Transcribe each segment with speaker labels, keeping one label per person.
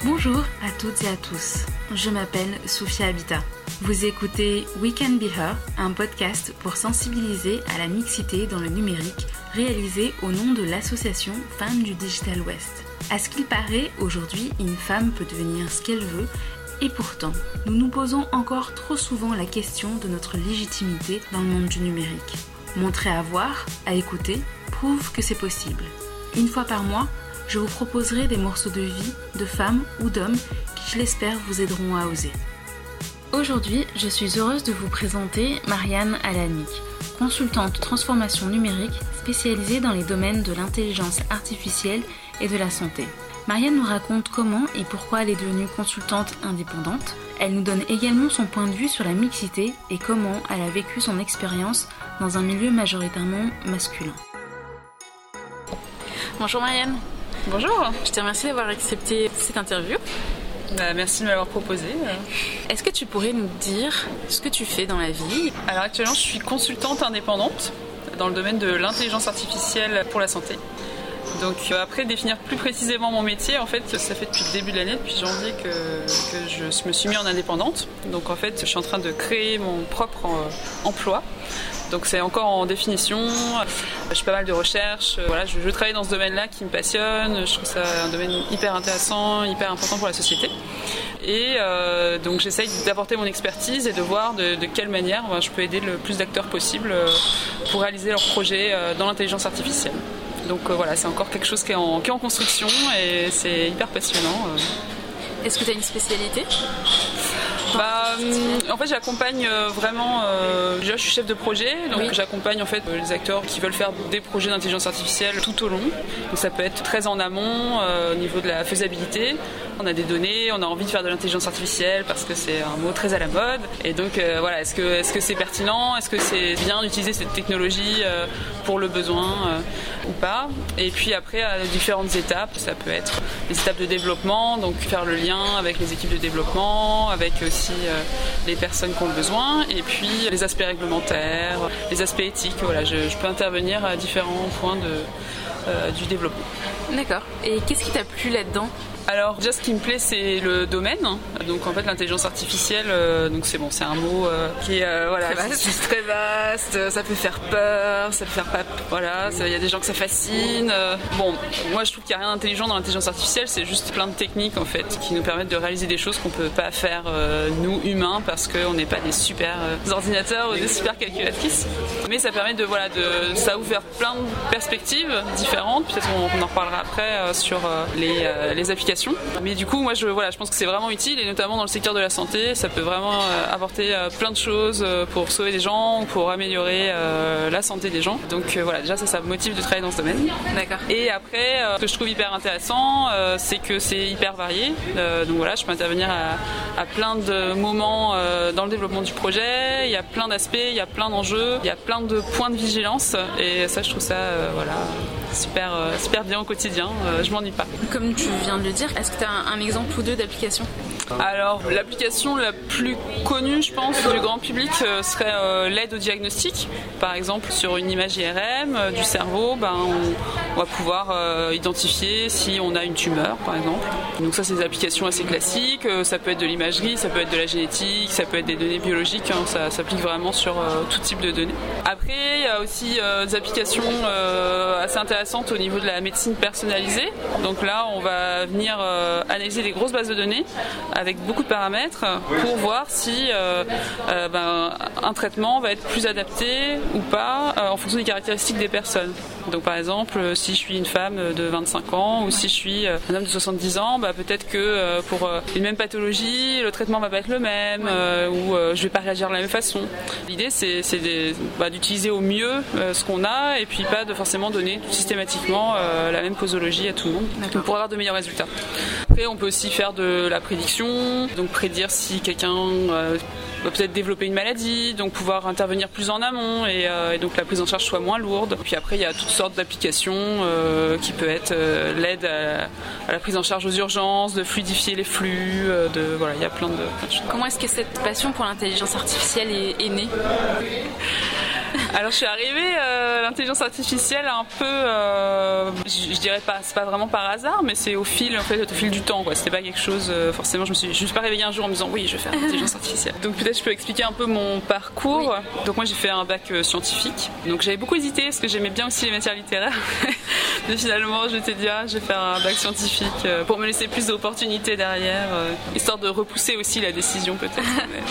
Speaker 1: Bonjour à toutes et à tous, je m'appelle Sophia Habita. Vous écoutez We Can Be Her, un podcast pour sensibiliser à la mixité dans le numérique, réalisé au nom de l'association Femmes du Digital West. À ce qu'il paraît, aujourd'hui, une femme peut devenir ce qu'elle veut, et pourtant, nous nous posons encore trop souvent la question de notre légitimité dans le monde du numérique. Montrer à voir, à écouter, prouve que c'est possible. Une fois par mois, je vous proposerai des morceaux de vie, de femmes ou d'hommes qui, je l'espère, vous aideront à oser. Aujourd'hui, je suis heureuse de vous présenter Marianne Alanik, consultante transformation numérique spécialisée dans les domaines de l'intelligence artificielle et de la santé. Marianne nous raconte comment et pourquoi elle est devenue consultante indépendante. Elle nous donne également son point de vue sur la mixité et comment elle a vécu son expérience dans un milieu majoritairement masculin. Bonjour Marianne.
Speaker 2: Bonjour.
Speaker 1: Je te remercie d'avoir accepté cette interview.
Speaker 2: Merci de m'avoir proposé.
Speaker 1: Est-ce que tu pourrais nous dire ce que tu fais dans la vie ?
Speaker 2: Alors actuellement, je suis consultante indépendante dans le domaine de l'intelligence artificielle pour la santé. Donc après définir plus précisément mon métier, en fait, ça fait depuis le début de l'année, depuis janvier, que je me suis mis en indépendante. Donc en fait, je suis en train de créer mon propre emploi. Donc c'est encore en définition, je fais pas mal de recherches, voilà, je travaille dans ce domaine-là qui me passionne, je trouve ça un domaine hyper intéressant, hyper important pour la société. Et donc j'essaye d'apporter mon expertise et de voir de quelle manière je peux aider le plus d'acteurs possible pour réaliser leurs projets dans l'intelligence artificielle. Donc voilà, c'est encore quelque chose qui est en construction et c'est hyper passionnant.
Speaker 1: Est-ce que tu as une spécialité ?
Speaker 2: En fait, j'accompagne vraiment. Déjà, je suis chef de projet, donc j'accompagne en fait les acteurs qui veulent faire des projets d'intelligence artificielle tout au long. Donc ça peut être très en amont au niveau de la faisabilité. On a des données, on a envie de faire de l'intelligence artificielle parce que c'est un mot très à la mode. Et donc voilà, est-ce que c'est pertinent ? Est-ce que c'est bien d'utiliser cette technologie pour le besoin ou pas ? Et puis après, à différentes étapes, ça peut être des étapes de développement, donc faire le lien avec les équipes de développement, avec aussi les personnes qui ont besoin, et puis les aspects réglementaires, les aspects éthiques. Voilà, je peux intervenir à différents points du développement.
Speaker 1: D'accord. Et qu'est-ce qui t'a plu là-dedans ?
Speaker 2: Alors déjà ce qui me plaît c'est le domaine, donc en fait l'intelligence artificielle, donc c'est un mot qui est voilà, très vaste, ça peut faire peur, ça peut faire pas, voilà, il y a des gens que ça fascine. Bon, moi je trouve qu'il n'y a rien d'intelligent dans l'intelligence artificielle, c'est juste plein de techniques en fait qui nous permettent de réaliser des choses qu'on peut pas faire nous humains parce qu'on n'est pas des super ordinateurs ou des super calculatrices. Mais ça permet ça ouvre plein de perspectives différentes, peut-être on en reparlera après sur les applications. Mais du coup, moi, je pense que c'est vraiment utile, et notamment dans le secteur de la santé, ça peut vraiment apporter plein de choses pour sauver des gens, pour améliorer la santé des gens. Donc voilà, déjà ça me motive de travailler dans ce domaine.
Speaker 1: D'accord.
Speaker 2: Et après, ce que je trouve hyper intéressant, c'est que c'est hyper varié. Donc voilà, je peux intervenir à plein de moments dans le développement du projet. Il y a plein d'aspects, il y a plein d'enjeux, il y a plein de points de vigilance, et ça, je trouve ça super bien au quotidien. Je m'ennuie pas.
Speaker 1: Comme tu viens de le dire, est-ce que tu as un exemple ou deux d'application ?
Speaker 2: Alors, l'application la plus connue, je pense, du grand public serait l'aide au diagnostic. Par exemple, sur une image IRM du cerveau, on va pouvoir identifier si on a une tumeur, par exemple. Donc ça, c'est des applications assez classiques. Ça peut être de l'imagerie, ça peut être de la génétique, ça peut être des données biologiques. Ça s'applique vraiment sur tout type de données. Après, il y a aussi des applications assez intéressantes au niveau de la médecine personnalisée. Donc là, on va venir analyser des grosses bases de données avec beaucoup de paramètres pour voir si un traitement va être plus adapté ou pas en fonction des caractéristiques des personnes. Donc par exemple, si je suis une femme de 25 ans ou si je suis un homme de 70 ans, peut-être que pour une même pathologie, le traitement va pas être le même ou je vais pas réagir de la même façon. L'idée c'est d'utiliser au mieux ce qu'on a et puis pas de forcément donner systématiquement la même posologie à tout le monde pour avoir de meilleurs résultats. Après, on peut aussi faire de la prédiction, donc prédire si quelqu'un va peut-être développer une maladie, donc pouvoir intervenir plus en amont et donc la prise en charge soit moins lourde. Puis après, il y a toutes sortes d'applications qui peut être l'aide à la prise en charge aux urgences, de fluidifier les flux, il y a plein de choses.
Speaker 1: Comment est-ce que cette passion pour l'intelligence artificielle est née ?
Speaker 2: Alors je suis arrivée à l'intelligence artificielle un peu, je dirais pas, c'est pas vraiment par hasard, mais c'est au fil du temps, quoi. C'était pas quelque chose, forcément, je me suis pas réveillée un jour en me disant oui, je vais faire l'intelligence artificielle. Donc peut-être je peux expliquer un peu mon parcours. Oui. Donc moi j'ai fait un bac scientifique, donc j'avais beaucoup hésité parce que j'aimais bien aussi les matières littéraires, mais finalement je m'étais dit je vais faire un bac scientifique pour me laisser plus d'opportunités derrière, histoire de repousser aussi la décision peut-être.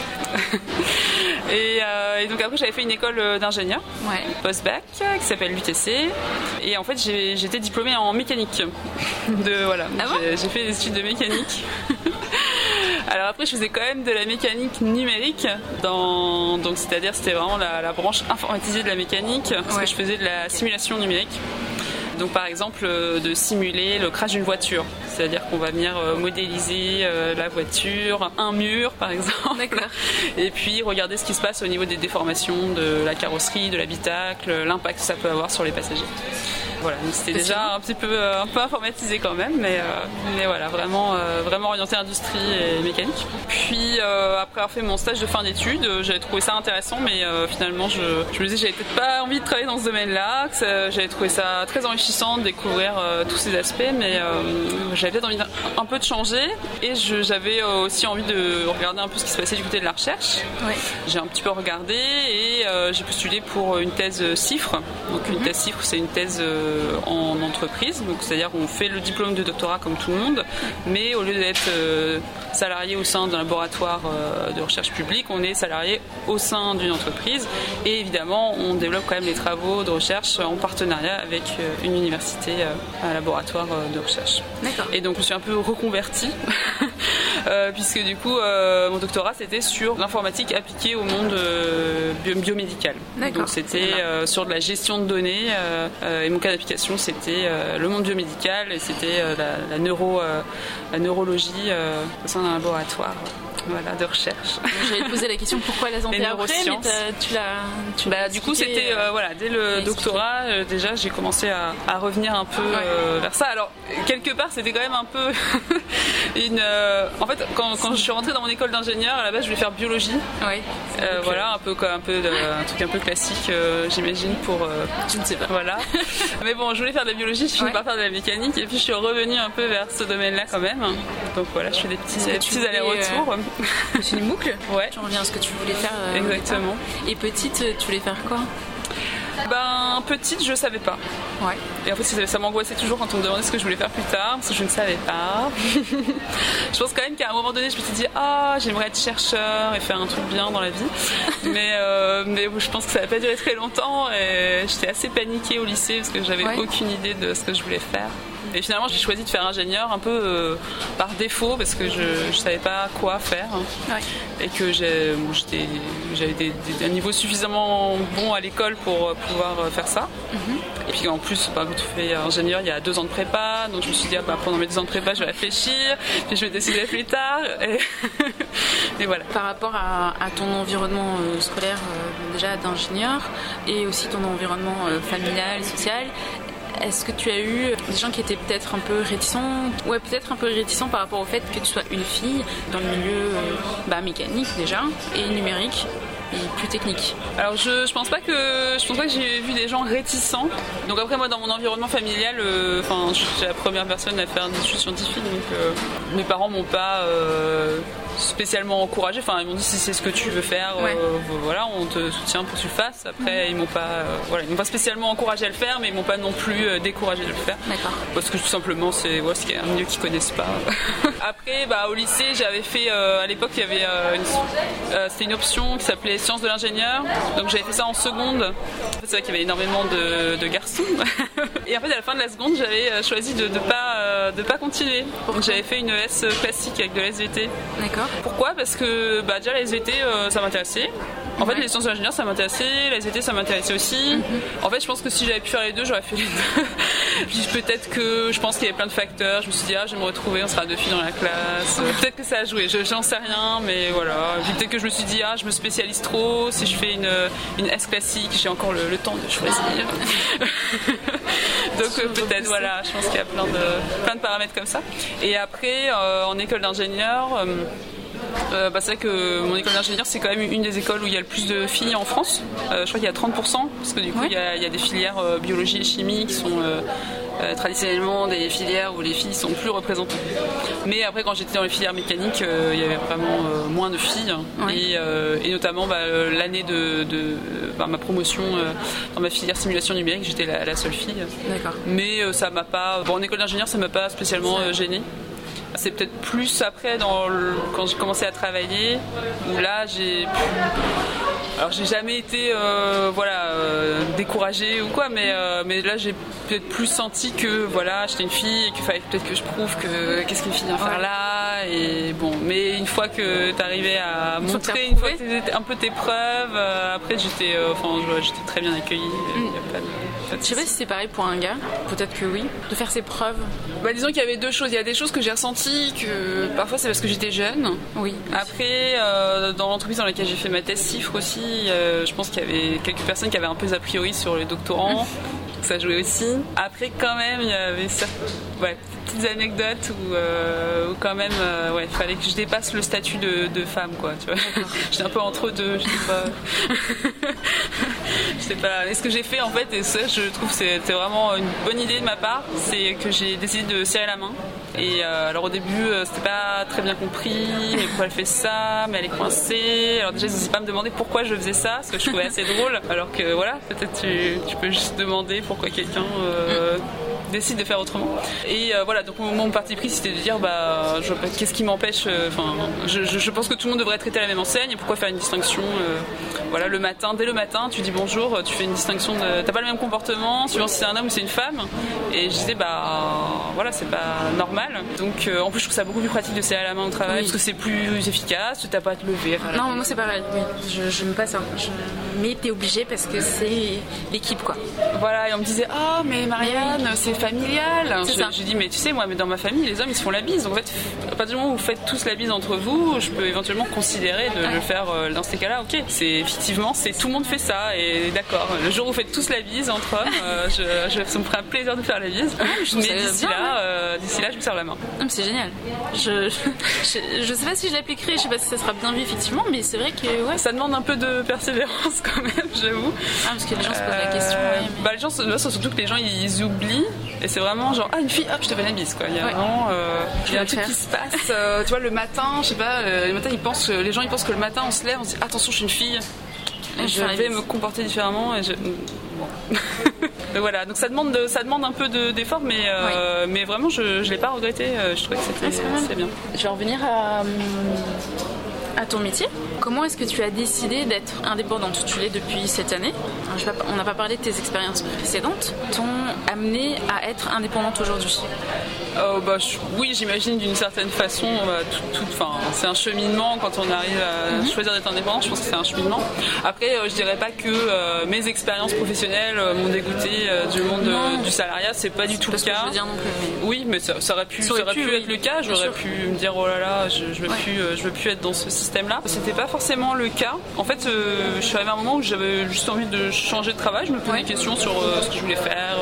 Speaker 2: Et donc après j'avais fait une école d'ingénieur, post-bac, qui s'appelle l'UTC, et en fait j'étais diplômée en mécanique. J'ai fait des études de mécanique. Alors après je faisais quand même de la mécanique numérique, donc c'est-à-dire c'était vraiment la branche informatisée de la mécanique, parce que je faisais de la simulation numérique. Donc par exemple de simuler le crash d'une voiture, c'est-à-dire qu'on va venir modéliser la voiture, un mur par exemple. D'accord. Et puis regarder ce qui se passe au niveau des déformations de la carrosserie, de l'habitacle, l'impact que ça peut avoir sur les passagers. Voilà, donc c'était déjà un peu informatisé quand même, mais voilà, vraiment orienté industrie et mécanique. Puis après avoir fait mon stage de fin d'études, j'avais trouvé ça intéressant, mais finalement je me disais que j'avais peut-être pas envie de travailler dans ce domaine-là, que j'avais trouvé ça très enrichissant de découvrir tous ces aspects, mais j'avais peut-être envie un peu de changer, et j'avais aussi envie de regarder un peu ce qui se passait du côté de la recherche. Oui. J'ai un petit peu regardé et j'ai postulé pour une thèse CIFRE. Donc une thèse CIFRE, c'est une thèse en entreprise, donc c'est-à-dire qu'on fait le diplôme de doctorat comme tout le monde, mais au lieu d'être salarié au sein d'un laboratoire de recherche publique, on est salarié au sein d'une entreprise, et évidemment on développe quand même les travaux de recherche en partenariat avec une université, un laboratoire de recherche. D'accord. Et donc je me suis un peu reconvertie puisque du coup mon doctorat c'était sur l'informatique appliquée au monde biomédical. D'accord. Donc c'était sur de la gestion de données, et mon cas d'application c'était le monde biomédical, et c'était la neurologie au sein d'un laboratoire de recherche.
Speaker 1: J'allais te poser la question pourquoi la santé après, mais tu l'as
Speaker 2: du coup c'était dès le doctorat déjà j'ai commencé à revenir un peu vers ça. Alors quelque part c'était quand même un peu en fait quand je suis rentrée dans mon école d'ingénieur, à la base je voulais faire biologie. Oui. Un truc un peu classique, j'imagine, pour
Speaker 1: je ne sais pas.
Speaker 2: Voilà. Mais bon, je voulais faire de la biologie, je finis par faire de la mécanique, et puis je suis revenue un peu vers ce domaine-là quand même. Donc voilà, je fais des petits allers-retours.
Speaker 1: C'est une boucle.
Speaker 2: Ouais.
Speaker 1: Tu reviens à ce que tu voulais faire.
Speaker 2: Exactement.
Speaker 1: Et petite, tu voulais faire quoi?
Speaker 2: Petite, je savais pas.
Speaker 1: Ouais.
Speaker 2: Et en fait, ça m'angoissait toujours quand on me demandait ce que je voulais faire plus tard, parce que je ne savais pas. Je pense quand même qu'à un moment donné, je me suis dit j'aimerais être chercheur et faire un truc bien dans la vie. Mais je pense que ça n'a pas duré très longtemps, et j'étais assez paniquée au lycée parce que j'avais aucune idée de ce que je voulais faire. Et finalement, j'ai choisi de faire ingénieur un peu par défaut, parce que je savais pas quoi faire, et que j'avais un niveau suffisamment bon à l'école pour pouvoir faire ça. Et puis en plus, quand on fait ingénieur, il y a 2 ans de prépa, donc je me suis dit pendant mes 2 ans de prépa, je vais réfléchir, puis je vais décider plus tard. Et voilà.
Speaker 1: Par rapport à ton environnement scolaire déjà d'ingénieur, et aussi ton environnement familial, social, est-ce que tu as eu des gens qui étaient peut-être un peu réticents par rapport au fait que tu sois une fille dans le milieu mécanique déjà, et numérique et plus technique?
Speaker 2: Alors je pense pas que j'ai vu des gens réticents. Donc après, moi dans mon environnement familial, j'ai la première personne à faire des études scientifiques, donc mes parents m'ont pas spécialement encouragé. Enfin, ils m'ont dit si c'est ce que tu veux faire, on te soutient pour que tu le fasses. Après, ils m'ont pas spécialement encouragé à le faire, mais ils m'ont pas non plus découragé de le faire.
Speaker 1: D'accord.
Speaker 2: Parce que tout simplement, c'est un milieu qu'ils connaissent pas. Après, au lycée, j'avais fait à l'époque, il y avait c'était une option qui s'appelait sciences de l'ingénieur. Donc j'avais fait ça en seconde. En fait, c'est vrai qu'il y avait énormément de garçons. Et en fait, à la fin de la seconde, j'avais choisi de pas continuer. Donc j'avais fait une ES classique avec de la SVT.
Speaker 1: D'accord.
Speaker 2: Pourquoi ? Parce que déjà la SVT ça m'intéressait. En fait, les sciences de l'ingénieur ça m'intéressait, la SVT ça m'intéressait aussi. En fait, je pense que si j'avais pu faire les deux, j'aurais fait les deux. Puis peut-être que je pense qu'il y avait plein de facteurs. Je me suis dit je vais me retrouver, on sera 2 filles dans la classe. Peut-être que ça a joué, j'en sais rien, mais voilà. Puis peut-être que je me suis dit je me spécialise trop. Si je fais une S classique, j'ai encore le temps de choisir. Donc peut-être voilà, je pense qu'il y a plein de paramètres comme ça. Et après en école d'ingénieur, c'est vrai que mon école d'ingénieur c'est quand même une des écoles où il y a le plus de filles en France. Je crois qu'il y a 30%, parce que du coup il y a des filières biologie et chimie qui sont traditionnellement des filières où les filles sont plus représentées. Mais après, quand j'étais dans les filières mécaniques, il y avait vraiment moins de filles. Et notamment l'année de ma promotion dans ma filière simulation numérique, j'étais la seule fille.
Speaker 1: D'accord.
Speaker 2: Mais ça m'a pas... en école d'ingénieur, ça m'a pas spécialement gênée. C'est peut-être plus après, quand j'ai commencé à travailler, où là, alors j'ai jamais été découragée ou quoi, mais là j'ai peut-être plus senti que j'étais une fille et qu'il fallait peut-être que je prouve que qu'est-ce qu'une fille vient faire là, et bon, mais une fois que t'arrivais à montrer, une fois que t'étais un peu tes preuves, après j'étais très bien accueillie.
Speaker 1: Je sais pas si c'est pareil pour un gars, peut-être que oui, de faire ses preuves.
Speaker 2: Disons qu'il y avait deux choses. Il y a des choses que j'ai ressenties, que parfois c'est parce que j'étais jeune.
Speaker 1: Oui.
Speaker 2: Après, dans l'entreprise dans laquelle j'ai fait ma thèse CIFRE aussi, je pense qu'il y avait quelques personnes qui avaient un peu a priori sur les doctorants. Ça jouait aussi. Après, quand même, il y avait petites anecdotes où quand même, il fallait que je dépasse le statut de femme, quoi. Tu vois. J'étais un peu entre deux. Je sais pas. Et ce que j'ai fait en fait, et ça, je trouve que c'était vraiment une bonne idée de ma part, c'est que j'ai décidé de serrer la main. Et alors au début, c'était pas très bien compris, mais pourquoi elle fait ça, mais elle est coincée. Alors déjà, n'hésitez pas à me demander pourquoi je faisais ça, ce que je trouvais assez drôle. Alors que peut-être tu peux juste demander pourquoi quelqu'un décide de faire autrement. Et donc mon parti pris, c'était de dire qu'est-ce qui m'empêche, je pense que tout le monde devrait traiter à la même enseigne, et pourquoi faire une distinction le matin, dès le matin, tu dis bonjour, tu fais une distinction, t'as pas le même comportement suivant si c'est un homme ou c'est une femme. Et je disais c'est pas normal. Donc en plus je trouve ça beaucoup plus pratique de serrer la main au travail, parce que c'est plus efficace, t'as pas à te lever.
Speaker 1: Non, moi c'est pareil, oui. Je me passe mais t'es obligé parce que c'est l'équipe, quoi.
Speaker 2: Voilà, et on me disait mais Marianne, c'est familial. J'ai dit mais tu sais, moi, mais dans ma famille, les hommes ils se font la bise. Donc en fait, à partir du moment où vous faites tous la bise entre vous, je peux éventuellement considérer de le faire dans ces cas-là. Ok, tout le monde fait ça, et d'accord. Le jour où vous faites tous la bise entre hommes, ça me ferait un plaisir de faire la bise. Mais d'ici là, je me serre la main.
Speaker 1: Non, mais c'est génial. Je sais pas si je l'appliquerai, je sais pas si ça sera bien vu effectivement, mais c'est vrai que
Speaker 2: ça demande un peu de persévérance quand même, j'avoue.
Speaker 1: Parce que les gens se posent la question.
Speaker 2: Les gens, surtout que les gens ils oublient, et c'est vraiment genre une fille, hop, je te fais la bise, quoi. Il y a vraiment il y a un truc qui se passe. Tu vois, le matin, je sais pas, le matin les gens ils pensent que le matin on se lève, on se dit attention, je suis une fille. Je vais me comporter différemment, et donc voilà, donc ça demande un peu d'effort, mais vraiment je l'ai pas regretté. Je trouvais que c'était bien.
Speaker 1: Je vais revenir à ton métier. Comment est-ce que tu as décidé d'être indépendante ? Tu l'es depuis cette année. On n'a pas parlé de tes expériences précédentes. T'ont amené à être indépendante aujourd'hui ?
Speaker 2: Oui, j'imagine d'une certaine façon. C'est un cheminement quand on arrive à choisir d'être indépendant. Je pense que c'est un cheminement. Après, je dirais pas que mes expériences professionnelles m'ont dégoûté du monde du salariat. C'est pas du tout le cas.
Speaker 1: Que je veux dire non plus.
Speaker 2: Oui, mais ça aurait pu être le cas. J'aurais pu me dire oh là là, je veux plus être dans ce système-là. C'était pas forcément le cas. En fait, je suis arrivée à un moment où j'avais juste envie de changer de travail. Je me posais des questions sur ce que je voulais faire.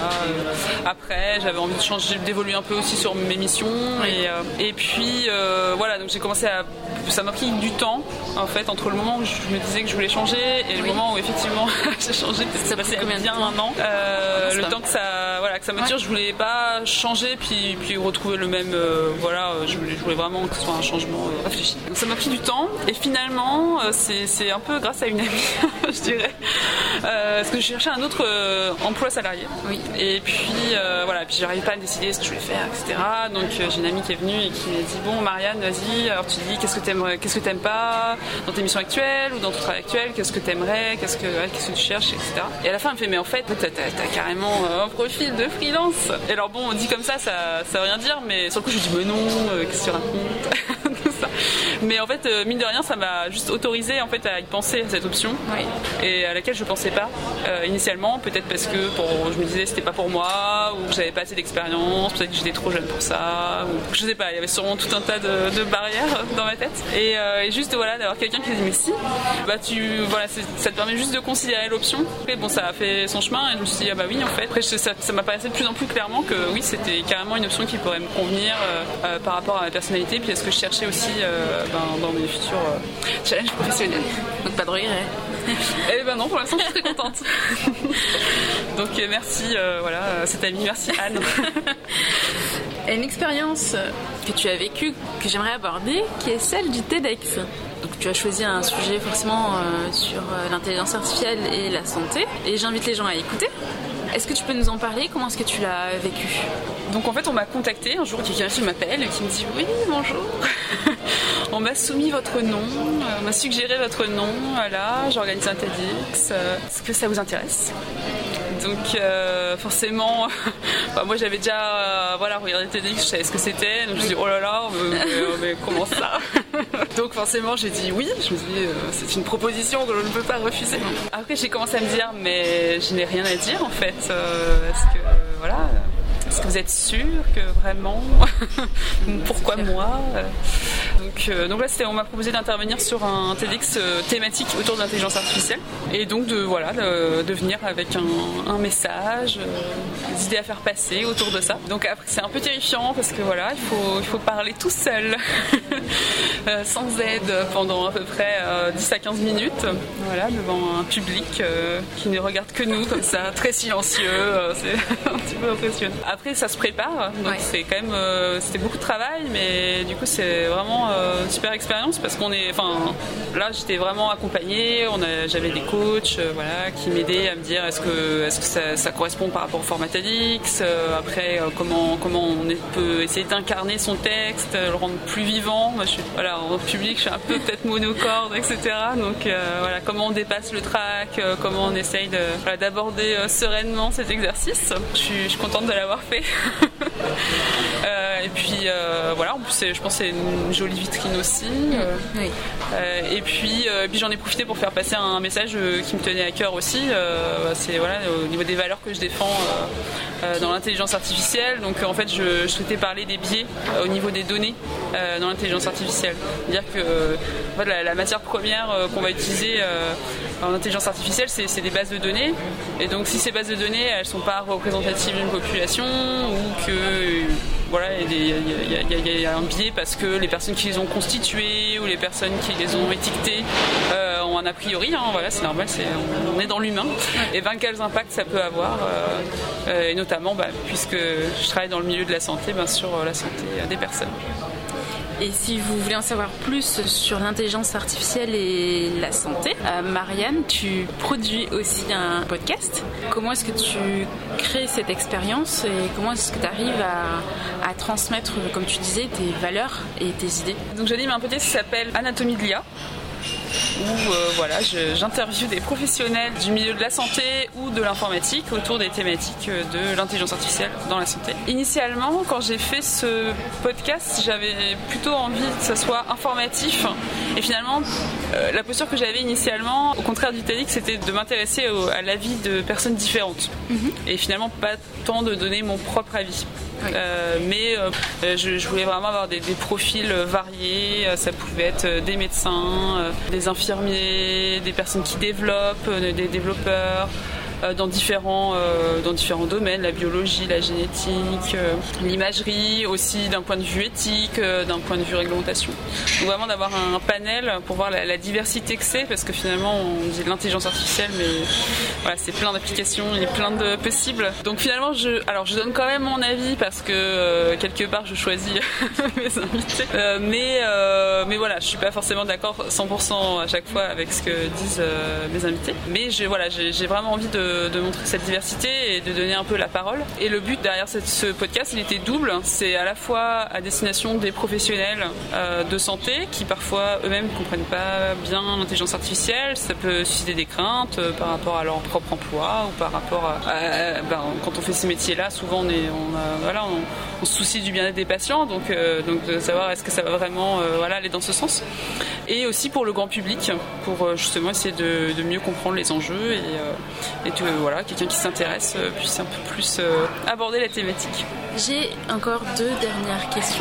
Speaker 2: Après, j'avais envie de changer, d'évoluer un peu aussi sur mes missions. Et puis, donc j'ai commencé à... Ça m'a pris du temps, en fait, entre le moment où je me disais que je voulais changer et le moment où, effectivement, j'ai changé. Ça passé bien un an. Le temps que ça mature, je voulais pas changer puis retrouver le même... je voulais vraiment que ce soit un changement réfléchi. Donc ça m'a pris du temps, et finalement, c'est un peu grâce à une amie, je dirais. Parce que je cherchais un autre emploi salarié. Oui. Et puis, puis j'arrivais pas à me décider ce que je voulais faire, etc. Donc j'ai une amie qui est venue et qui m'a dit bon Marianne, vas-y, alors tu dis qu'est-ce que t'aimes pas dans tes missions actuelles ou dans ton travail actuel, qu'est-ce que t'aimerais, qu'est-ce que tu cherches, etc. Et à la fin elle me fait mais en fait t'as carrément un profil de freelance. Et alors bon, on dit comme ça veut rien dire, mais sur le coup je lui dis mais non, qu'est-ce que tu racontes. Tout ça. Mais en fait mine de rien ça m'a juste autorisé en fait à y penser à cette option, et à laquelle je pensais pas initialement, peut-être parce que je me disais c'était pas pour moi, ou que j'avais pas assez d'expérience, peut-être que j'étais trop jeune pour ça, ou je sais pas, il y avait sûrement tout un tas de barrières dans ma tête, et juste d'avoir quelqu'un qui dit mais si ça te permet juste de considérer l'option. Et bon, ça a fait son chemin et je me suis dit oui en fait. Après ça m'apparaissait de plus en plus clairement que oui, c'était carrément une option qui pourrait me convenir par rapport à ma personnalité, puis à ce que je cherchais aussi dans mes futurs challenges professionnels.
Speaker 1: Donc pas de regret.
Speaker 2: Eh ben non, pour l'instant, je suis très contente. Donc merci, cette amie, merci Anne.
Speaker 1: Une expérience que tu as vécue, que j'aimerais aborder, qui est celle du TEDx. Donc tu as choisi un sujet forcément sur l'intelligence artificielle et la santé, et j'invite les gens à écouter. Est-ce que tu peux nous en parler? Comment est-ce que tu l'as vécu?
Speaker 2: Donc en fait on m'a contacté un jour, quelqu'un qui m'appelle et qui me dit oui bonjour, on m'a soumis votre nom, on m'a suggéré votre nom, voilà, j'organise un TEDx, est-ce que ça vous intéresse? Donc forcément, moi j'avais déjà regardé TEDx, je savais ce que c'était, donc je me suis dit oh là là, mais comment ça? Donc forcément j'ai dit oui, je me suis dit c'est une proposition que je ne peux pas refuser. Après j'ai commencé à me dire mais je n'ai rien à dire en fait, est-ce que vous êtes sûr que vraiment pourquoi moi? Donc là on m'a proposé d'intervenir sur un TEDx thématique autour de l'intelligence artificielle et donc de venir avec un message, des idées à faire passer autour de ça. Donc après c'est un peu terrifiant parce que il faut parler tout seul sans aide pendant à peu près 10 à 15 minutes devant un public qui ne regarde que nous comme ça, très silencieux, c'est un petit peu impressionnant. Après ça se prépare, donc c'est quand même c'était beaucoup de travail, mais du coup c'est vraiment une super expérience parce là j'étais vraiment accompagnée, j'avais des coachs qui m'aidaient à me dire est-ce que ça correspond par rapport au format TEDx, après comment on peut essayer d'incarner son texte, le rendre plus vivant. Moi je suis en public, je suis un peu peut-être monocorde, etc. Donc comment on dépasse le trac, comment on essaye d'aborder sereinement cet exercice. Je suis contente de l'avoir fait. Et puis en plus je pense que c'est une jolie vitrine aussi. Oui. Et puis j'en ai profité pour faire passer un message qui me tenait à cœur aussi. C'est au niveau des valeurs que je défends dans l'intelligence artificielle. Donc en fait je souhaitais parler des biais au niveau des données dans l'intelligence artificielle. C'est-à-dire que la matière première qu'on va utiliser en intelligence artificielle c'est des bases de données. Et donc si ces bases de données elles sont pas représentatives d'une population ou que il y a un biais parce que les personnes qui les ont constituées ou les personnes qui les ont étiquetées ont un a priori, c'est normal, on est dans l'humain, et quels impacts ça peut avoir, et notamment puisque je travaille dans le milieu de la santé, sur la santé des personnes.
Speaker 1: Et si vous voulez en savoir plus sur l'intelligence artificielle et la santé, Marianne, tu produis aussi un podcast. Comment est-ce que tu crées cette expérience et comment est-ce que tu arrives à transmettre, comme tu disais, tes valeurs et tes idées?
Speaker 2: Donc j'anime un podcast qui s'appelle Anatomie de l'IA, où j'interviewe des professionnels du milieu de la santé ou de l'informatique autour des thématiques de l'intelligence artificielle dans la santé. Initialement, quand j'ai fait ce podcast, j'avais plutôt envie que ça soit informatif. Et finalement, la posture que j'avais initialement, au contraire du TEDx, c'était de m'intéresser à l'avis de personnes différentes. Et finalement, pas tant de donner mon propre avis. Oui. Je voulais vraiment avoir des profils variés. Ça pouvait être des médecins, des infirmiers, des personnes qui développent, des développeurs, dans différents domaines, la biologie, la génétique, l'imagerie, aussi d'un point de vue éthique, d'un point de vue réglementation. Donc vraiment d'avoir un panel pour voir la diversité que c'est, parce que finalement on dit l'intelligence artificielle, mais c'est plein d'applications, il y a plein de possibles. Donc finalement je donne quand même mon avis parce que quelque part je choisis mes invités, mais je suis pas forcément d'accord 100% à chaque fois avec ce que disent mes invités. Mais j'ai vraiment envie de montrer cette diversité et de donner un peu la parole. Et le but derrière ce podcast, il était double. C'est à la fois à destination des professionnels de santé qui parfois eux-mêmes ne comprennent pas bien l'intelligence artificielle. Ça peut susciter des craintes par rapport à leur propre emploi ou par rapport à quand on fait ces métiers-là, souvent on se soucie du bien-être des patients, donc de savoir est-ce que ça va vraiment aller dans ce sens. Et aussi pour le grand public, pour justement essayer de mieux comprendre les enjeux et que quelqu'un qui s'intéresse puisse un peu plus aborder la thématique.
Speaker 1: J'ai encore 2 dernières questions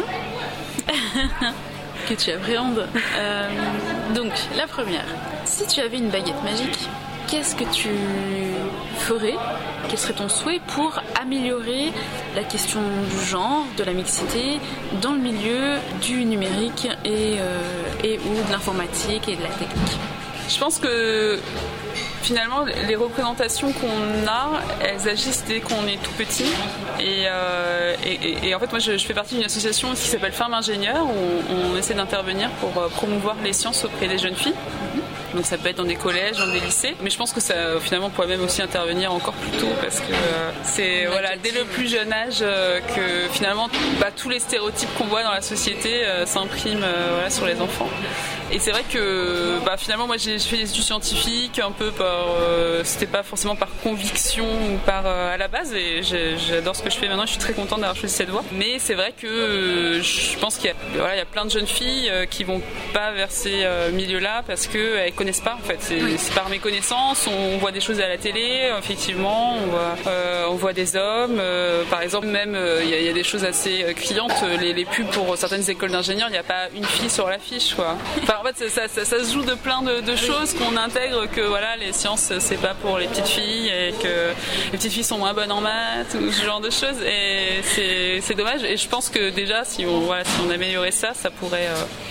Speaker 1: que tu appréhendes. Donc la première, si tu avais une baguette magique, qu'est-ce que tu ferais? Quel serait ton souhait pour améliorer la question du genre, de la mixité dans le milieu du numérique et ou de l'informatique et de la technique?
Speaker 2: Je pense que finalement, les représentations qu'on a, elles agissent dès qu'on est tout petit. Et en fait, moi, je fais partie d'une association qui s'appelle Femmes Ingénieurs, où on essaie d'intervenir pour promouvoir les sciences auprès des jeunes filles. Donc ça peut être dans des collèges, dans des lycées, mais je pense que ça finalement pourrait même aussi intervenir encore plus tôt parce que c'est dès le plus jeune âge que finalement tous les stéréotypes qu'on voit dans la société s'impriment sur les enfants. Et c'est vrai que finalement moi j'ai fait des études scientifiques un peu c'était pas forcément par conviction ou par à la base, et j'adore ce que je fais maintenant, je suis très contente d'avoir choisi cette voie. Mais c'est vrai que je pense qu'il y a plein de jeunes filles qui vont pas vers ces milieux-là parce qu'elles connaissent pas en fait. C'est par méconnaissance, on voit des choses à la télé, effectivement, on voit des hommes, par exemple même il y a des choses assez criantes, les pubs pour certaines écoles d'ingénieurs, il n'y a pas une fille sur l'affiche quoi. En fait, ça se joue de plein de choses qu'on intègre que les sciences c'est pas pour les petites filles et que les petites filles sont moins bonnes en maths ou ce genre de choses, et c'est dommage. Et je pense que déjà si on améliorait ça pourrait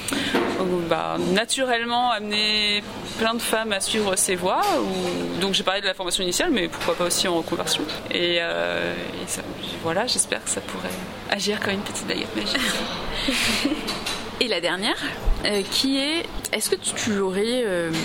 Speaker 2: naturellement amener plein de femmes à suivre ces voies. Donc j'ai parlé de la formation initiale, mais pourquoi pas aussi en reconversion. Et ça, j'espère que ça pourrait agir comme une petite baguette magique.
Speaker 1: Et la dernière, qui est, est-ce que tu aurais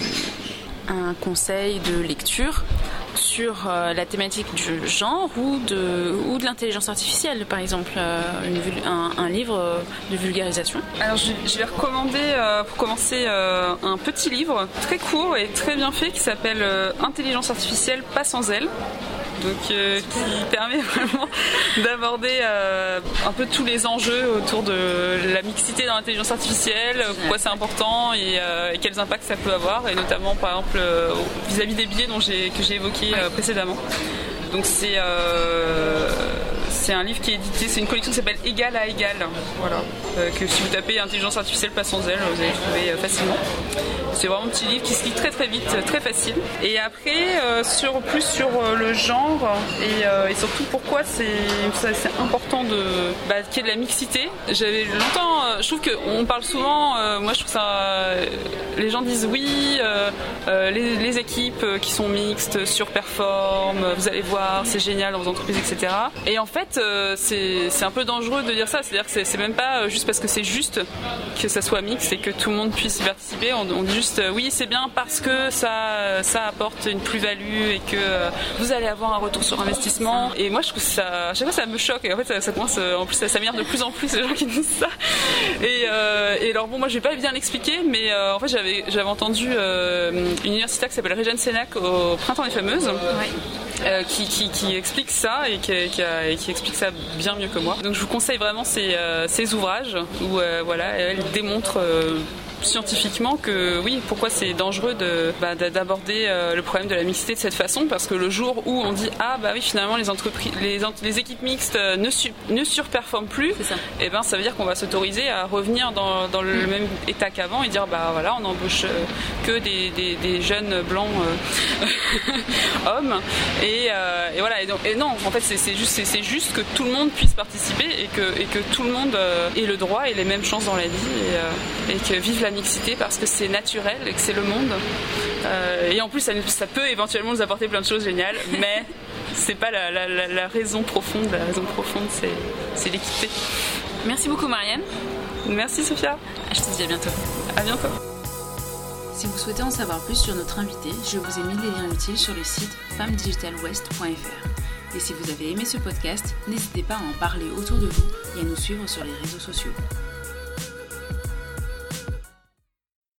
Speaker 1: un conseil de lecture sur la thématique du genre ou de l'intelligence artificielle, par exemple, un livre de vulgarisation? Alors
Speaker 2: je vais recommander pour commencer un petit livre très court et très bien fait qui s'appelle Intelligence artificielle pas sans elle. Donc, qui permet vraiment d'aborder un peu tous les enjeux autour de la mixité dans l'intelligence artificielle, pourquoi c'est important et quels impacts ça peut avoir, et notamment par exemple vis-à-vis des biais que j'ai évoqués précédemment. Donc c'est un livre qui est édité, c'est une collection qui s'appelle Égal à égal, que si vous tapez intelligence artificielle pas sans elle, vous allez trouver facilement. C'est vraiment un petit livre qui se lit très très vite, très facile. Et après, plus sur le genre et surtout pourquoi c'est important qu'il y ait de la mixité. J'avais longtemps, je trouve qu'on parle souvent, moi je trouve ça, les gens disent oui, les équipes qui sont mixtes surperforment, vous allez voir, c'est génial dans vos entreprises, etc. Et en fait, c'est un peu dangereux de dire ça, c'est-à-dire que c'est même pas juste parce que c'est juste que ça soit mixte et que tout le monde puisse y participer. On dit juste oui, c'est bien parce que ça apporte une plus-value et que vous allez avoir un retour sur investissement. Et moi je trouve ça, à chaque fois ça me choque, et en fait ça commence, en plus ça m'énerve de plus en plus les gens qui disent ça. Et alors bon, moi je vais pas bien l'expliquer, mais en fait j'avais entendu une universitaire qui s'appelle Régène Sénac au Printemps des Fameuses. Ouais. Qui explique ça et qui explique ça bien mieux que moi. Donc je vous conseille vraiment ces ouvrages où elle démontre scientifiquement que oui, pourquoi c'est dangereux d'aborder le problème de la mixité de cette façon, parce que le jour où on dit oui, finalement les équipes mixtes ne surperforment plus, et ça veut dire qu'on va s'autoriser à revenir dans le même état qu'avant et dire on embauche que des jeunes blancs hommes et non, en fait c'est juste que tout le monde puisse participer et que tout le monde ait le droit et les mêmes chances dans la vie et que vive la mixité parce que c'est naturel et que c'est le monde. Et en plus, ça peut éventuellement nous apporter plein de choses géniales, mais c'est pas la raison profonde. La raison profonde, c'est l'équité.
Speaker 1: Merci beaucoup, Marianne.
Speaker 2: Merci, Sophia.
Speaker 1: Je te dis à bientôt.
Speaker 2: À bientôt.
Speaker 1: Si vous souhaitez en savoir plus sur notre invité, je vous ai mis les liens utiles sur le site femmedigitalwest.fr. Et si vous avez aimé ce podcast, n'hésitez pas à en parler autour de vous et à nous suivre sur les réseaux sociaux.